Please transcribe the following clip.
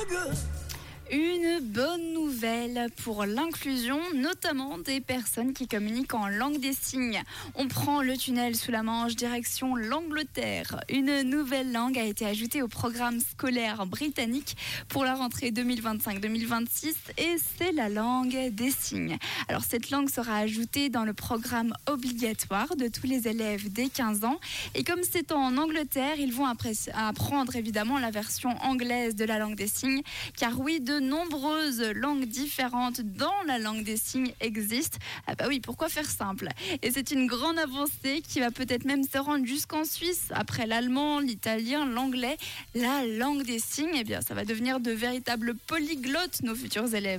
Une bonne nouvelle pour l'inclusion, notamment des personnes qui communiquent en langue des signes. On prend le tunnel sous la Manche, direction l'Angleterre. Une nouvelle langue a été ajoutée au programme scolaire britannique pour la rentrée 2025-2026 et c'est la langue des signes. Alors cette langue sera ajoutée dans le programme obligatoire de tous les élèves dès 15 ans. Et comme c'est en Angleterre, ils vont apprendre évidemment la version anglaise de la langue des signes. Car oui, de nombreuses langues différentes dans la langue des signes existent. Ah bah oui, pourquoi faire simple ? Et c'est une grande avancée qui va peut-être même se rendre jusqu'en Suisse. Après l'allemand, l'italien, l'anglais, la langue des signes, eh bien, ça va devenir de véritables polyglottes, nos futurs élèves.